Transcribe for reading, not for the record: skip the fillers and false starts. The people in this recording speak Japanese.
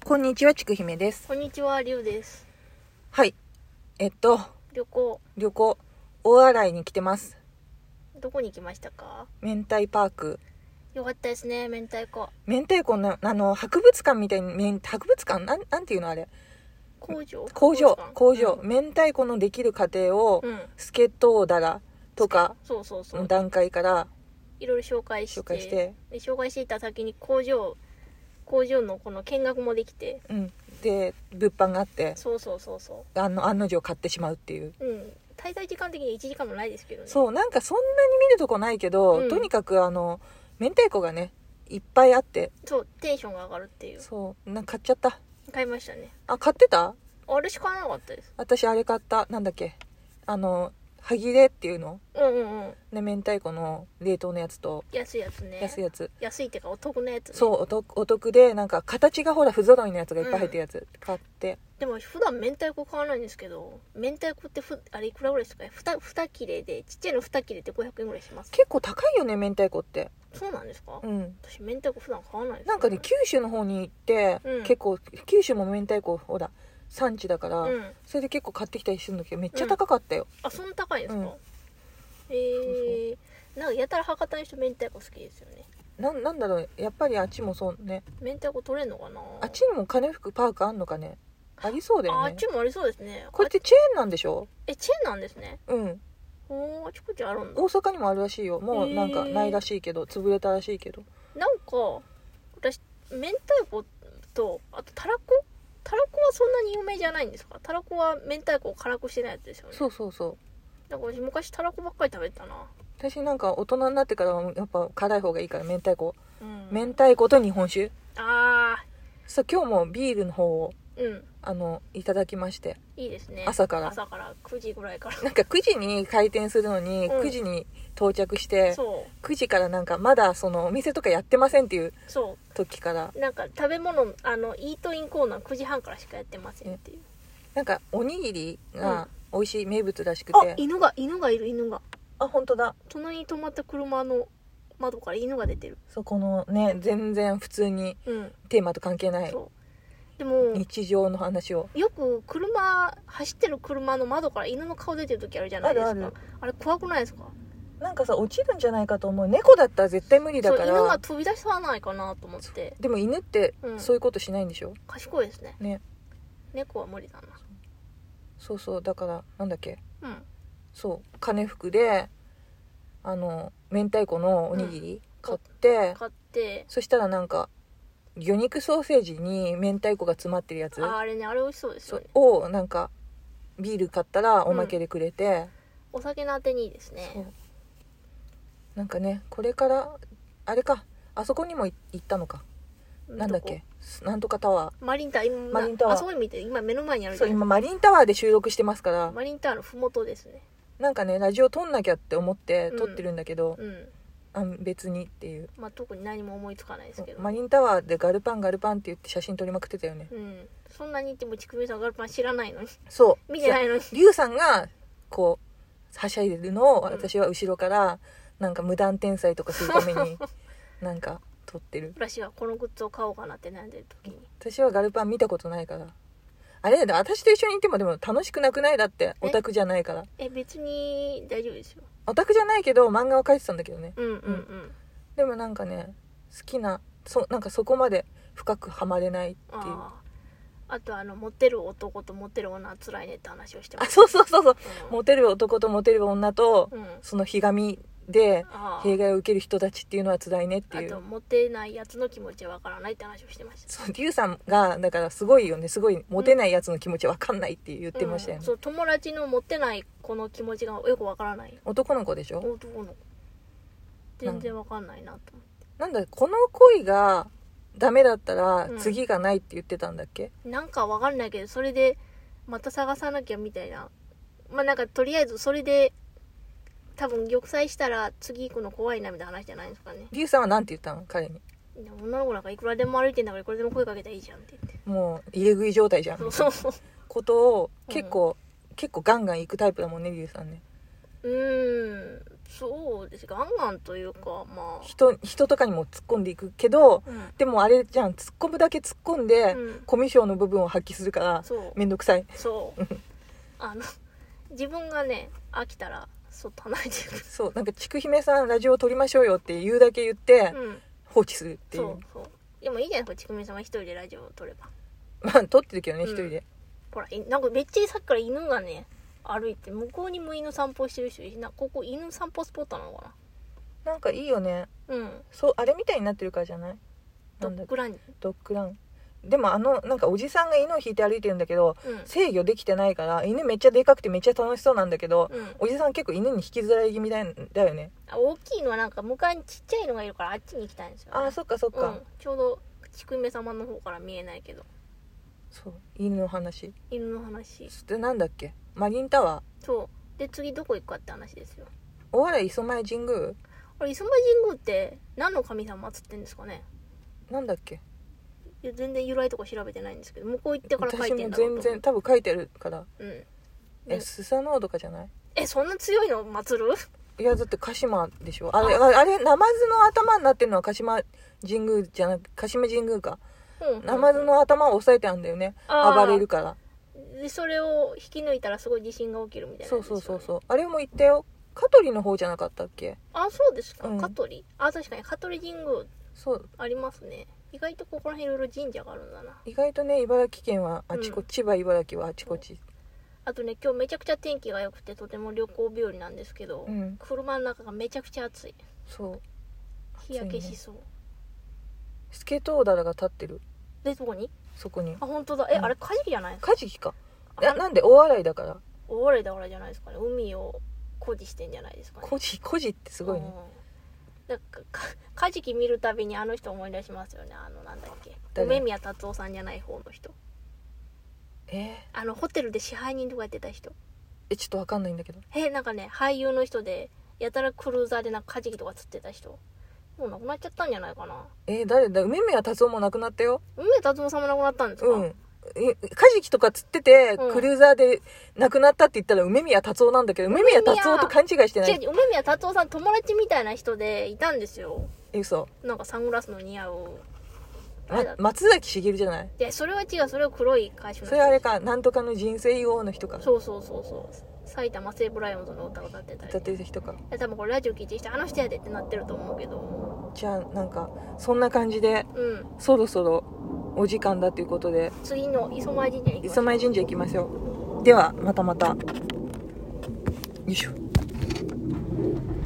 こんにちは、ちくひめです。 こんにちは、りゅうです。 はい。 旅行、 大洗に来てます。 どこに行きましたか？ 明太パーク。 よかったですね、明太子。 明太子の、博物館みたいに、博物館なんていうのあれ。工場。明太子のできる過程を、助っ人だらとか、の段階から、 いろいろ紹介して、紹介していった先に工場のこの見学もできて、 で物販があって、案の定買ってしまうっていう。 滞在時間的に1時間もないですけどね。 そう、なんかそんなに見るとこないけど、とにかく明太子がねいっぱいあって、 そうテンションが上がるっていう。 そうなんか買っちゃった。 買いましたね。 あ、買ってた？ あれしか買わなかったです。 私あれ買った。なんだっけ、歯切れっていうの、ね、明太子の冷凍のやつと、 安いやつね。安いってかお得なやつね。 そう、お得で、なんか形がほら不揃いのやつがいっぱい入ってるやつ、買って。 でも普段明太子買わないんですけど、明太子ってあれいくらぐらいですかね。2切れで、ちっちゃいの2切れで500円ぐらいします。 結構高いよね、明太子って。 そうなんですか？私明太子普段買わないです、 なんかね、九州の方に行って、結構九州も明太子ほら産地だから、それで結構買ってきたりするんだけど、めっちゃ高かったよ。 あ、そんな高いんですか？なんかやたら博多の人明太子好きですよね。 なんだろう、やっぱりあっちもそうね。 明太子取れんのかな？ あっちにも金福パークあんのかね。ありそうだよね。 あっちもありそうですね。 これってチェーンなんでしょ？ チェーンなんですね。あちこちあるんだ。 大阪にもあるらしいよ。もうなんかないらしいけど、潰れたらしいけど。 なんか私明太子とあとたらこはそんなに有名じゃないんですか？たらこは明太子を辛くしてないやつですよね。 そうだから私昔たらこばっかり食べてたな。 私なんか大人になってからはやっぱ辛い方がいいから明太子、明太子と日本酒。今日もビールの方をいただきまして。 いいですね。 朝から 9時ぐらいからなんか9時に開店するのに、9時に到着して、9時からなんかまだそのお店とかやってませんっていう時から、 なんか食べ物イートインコーナー9時半からしかやってませんっていう、 なんかおにぎりが美味しい名物らしくて、 犬がいる。犬が本当だ。 隣に止まった車の窓から犬が出てる。 そこのね、全然普通にテーマと関係ない、 でも日常の話を。 よく走ってる車の窓から犬の顔出てる時あるじゃないですか。あれ怖くないですか？ なんかさ、落ちるんじゃないかと思う。猫だったら絶対無理だから。 犬が飛び出さないかなと思って。 でも犬ってそういうことしないんでしょ？ 賢いですね。猫は無理だな。 そうだからなんだっけ、そう金福で明太子のおにぎり買って、そしたらなんか魚肉ソーセージに明太子が詰まってるやつ、 あれね、あれ美味しそうですよね。 をなんかビール買ったらおまけでくれて、 お酒のあてにいいですね。 なんかね、これからあれか、あそこにも行ったのか、なんだっけ、なんとかタワー、 マリンタワー、あそこに見て、今目の前にあるじゃん。 今マリンタワーで収録してますから。 マリンタワーのふもとですね。 なんかね、ラジオ撮んなきゃって思って撮ってるんだけど、別にっていう、 特に何も思いつかないですけど、 マリンタワーでガルパンって言って写真撮りまくってたよね。 そんなに言ってもちくみさんガルパン知らないのに、見てないのに、 リュウさんがこうはしゃいでるのを私は後ろからなんか無断転載とかするためになんか撮ってる。 私はこのグッズを買おうかなって悩んでる時に、 私はガルパン見たことないから。あれだ、私と一緒にいてもでも楽しくなくない？だってオタクじゃないから。 別に大丈夫ですよ。 オタクじゃないけど漫画を描いてたんだけどね。でもなんかね、好きななんかそこまで深くはまれないっていう。 あとモテる男とモテる女は辛いねって話をしてます。 そう、モテる男とモテる女と、そのひがみで弊害を受ける人たちっていうのは辛いねっていう。 あとモテないやつの気持ちはわからないって話をしてました。 そう、リュウさんがだからすごいよね、すごいモテないやつの気持ちわかんないって言ってましたよね。 そう、友達のモテない子の気持ちがよくわからない。 男の子でしょ？ 男の子全然わかんないなと思って。 なんだ、この恋がダメだったら次がないって言ってたんだっけ？ なんかわかんないけど、それでまた探さなきゃみたいな。なんかとりあえずそれで多分玉砕したら次行くの怖いなみたいな話じゃないですかね。 リュウさんはなんて言ったの？彼に。 女の子なんかいくらでも歩いてんだからいくらでも声かけたらいいじゃんって言って。 もう入れ食い状態じゃん。ことを結構ガンガン行くタイプだもんね、リュウさんね。 そうです。ガンガンというか、まあ人とかにも突っ込んでいくけど、 うん、 でもあれじゃん、突っ込むだけ突っ込んで、 うん、 コミュ障の部分を発揮するからめんどくさい。 そう自分がね飽きたらそっと離れていく。 そう、なんかちくひめさんラジオ撮りましょうよって言うだけ言って、 うん、 放置するっていう。 そうでもいいじゃないですか、ちくひめさんは一人でラジオを撮れば。 まあ撮ってるけどね、一人で。 ほらなんかめっちゃさっきから犬がね歩いて、向こうにも犬散歩してる人いるし、ここ犬散歩スポットなのかな。なんかいいよね。 な。 そう、あれみたいになってるからじゃない？ ドッグラン。 ドッグラン。でもなんかおじさんが犬を引いて歩いてるんだけど、制御できてないから犬めっちゃでかくてめっちゃ楽しそうなんだけど、おじさん結構犬に引きずられ気味だよね。 大きいのはなんか向かいにちっちゃいのがいるからあっちに行きたいんですよ、ね。 あ、そっかそっか。 ちょうどちくひめ様の方から見えないけど。 そう、犬の話。でなんだっけ、マリンタワー。そうで次どこ行くかって話ですよ。 大洗磯前神宮。 あれ磯前神宮って何の神様祀ってんですかね。 なんだっけ。 いや全然由来とか調べてないんですけど、向こう行ってから書いてんだろうと思う。 私も全然多分書いてるから。スサノオとかじゃない？ そんな強いの祀る？ いやだって鹿島でしょ。あれナマズの頭になってるのは鹿島神宮じゃなく、鹿島神宮か。ナマズの頭を押さえてあるんだよね、暴れるから。 でそれを引き抜いたらすごい地震が起きるみたいな、ね、 そうあれも言ったよ。香取の方じゃなかったっけ？ あ、そうですか、香取。確かに香取神宮そうありますね。意外とここら辺いろいろ神社があるんだな。 意外とね、茨城県はあちこち、千葉茨城はあちこち。 あとね、今日めちゃくちゃ天気が良くてとても旅行日和なんですけど、車の中がめちゃくちゃ暑い。 そう日焼けしそう、 スケトウダラが立ってる。 でどこに？ そこに。 あ、本当だ。あれカジキじゃないですか？ カジキか。なんで大洗だから。 大洗だからじゃないですかね。海を誇示してんじゃないですかね。 誇示ってすごいね。 だからカジキ見るたびにあの人思い出しますよね。なんだっけ、梅宮達夫さんじゃない方の人。ホテルで支配人とかやってた人。 ちょっとわかんないんだけど。 なんかね、俳優の人でやたらクルーザーでなんかカジキとか釣ってた人。もう亡くなっちゃったんじゃないかな。 誰だ？梅宮達夫も亡くなったよ。 梅宮達夫さんも亡くなったんですか？ カジキとか釣ってて、クルーザーで亡くなったって言ったら梅宮達夫なんだけど、梅宮達夫と勘違いしてない？ 梅宮達夫さん友達みたいな人でいたんですよ。 嘘。 なんかサングラスの似合う。 松崎しげるじゃない？ いや、それは違う。それは黒い歌手の。 それあれか、なんとかの人生王の人か。 そう埼玉西武ライオンズの歌を歌ってたり。 歌ってた人か。 多分これラジオ聞いてる人、あの人やでってなってると思うけど。 じゃあなんかそんな感じで、そろそろお時間だということで、 次の磯前神社に行きましょう。 磯前神社行きましょう。ではまたよいしょ。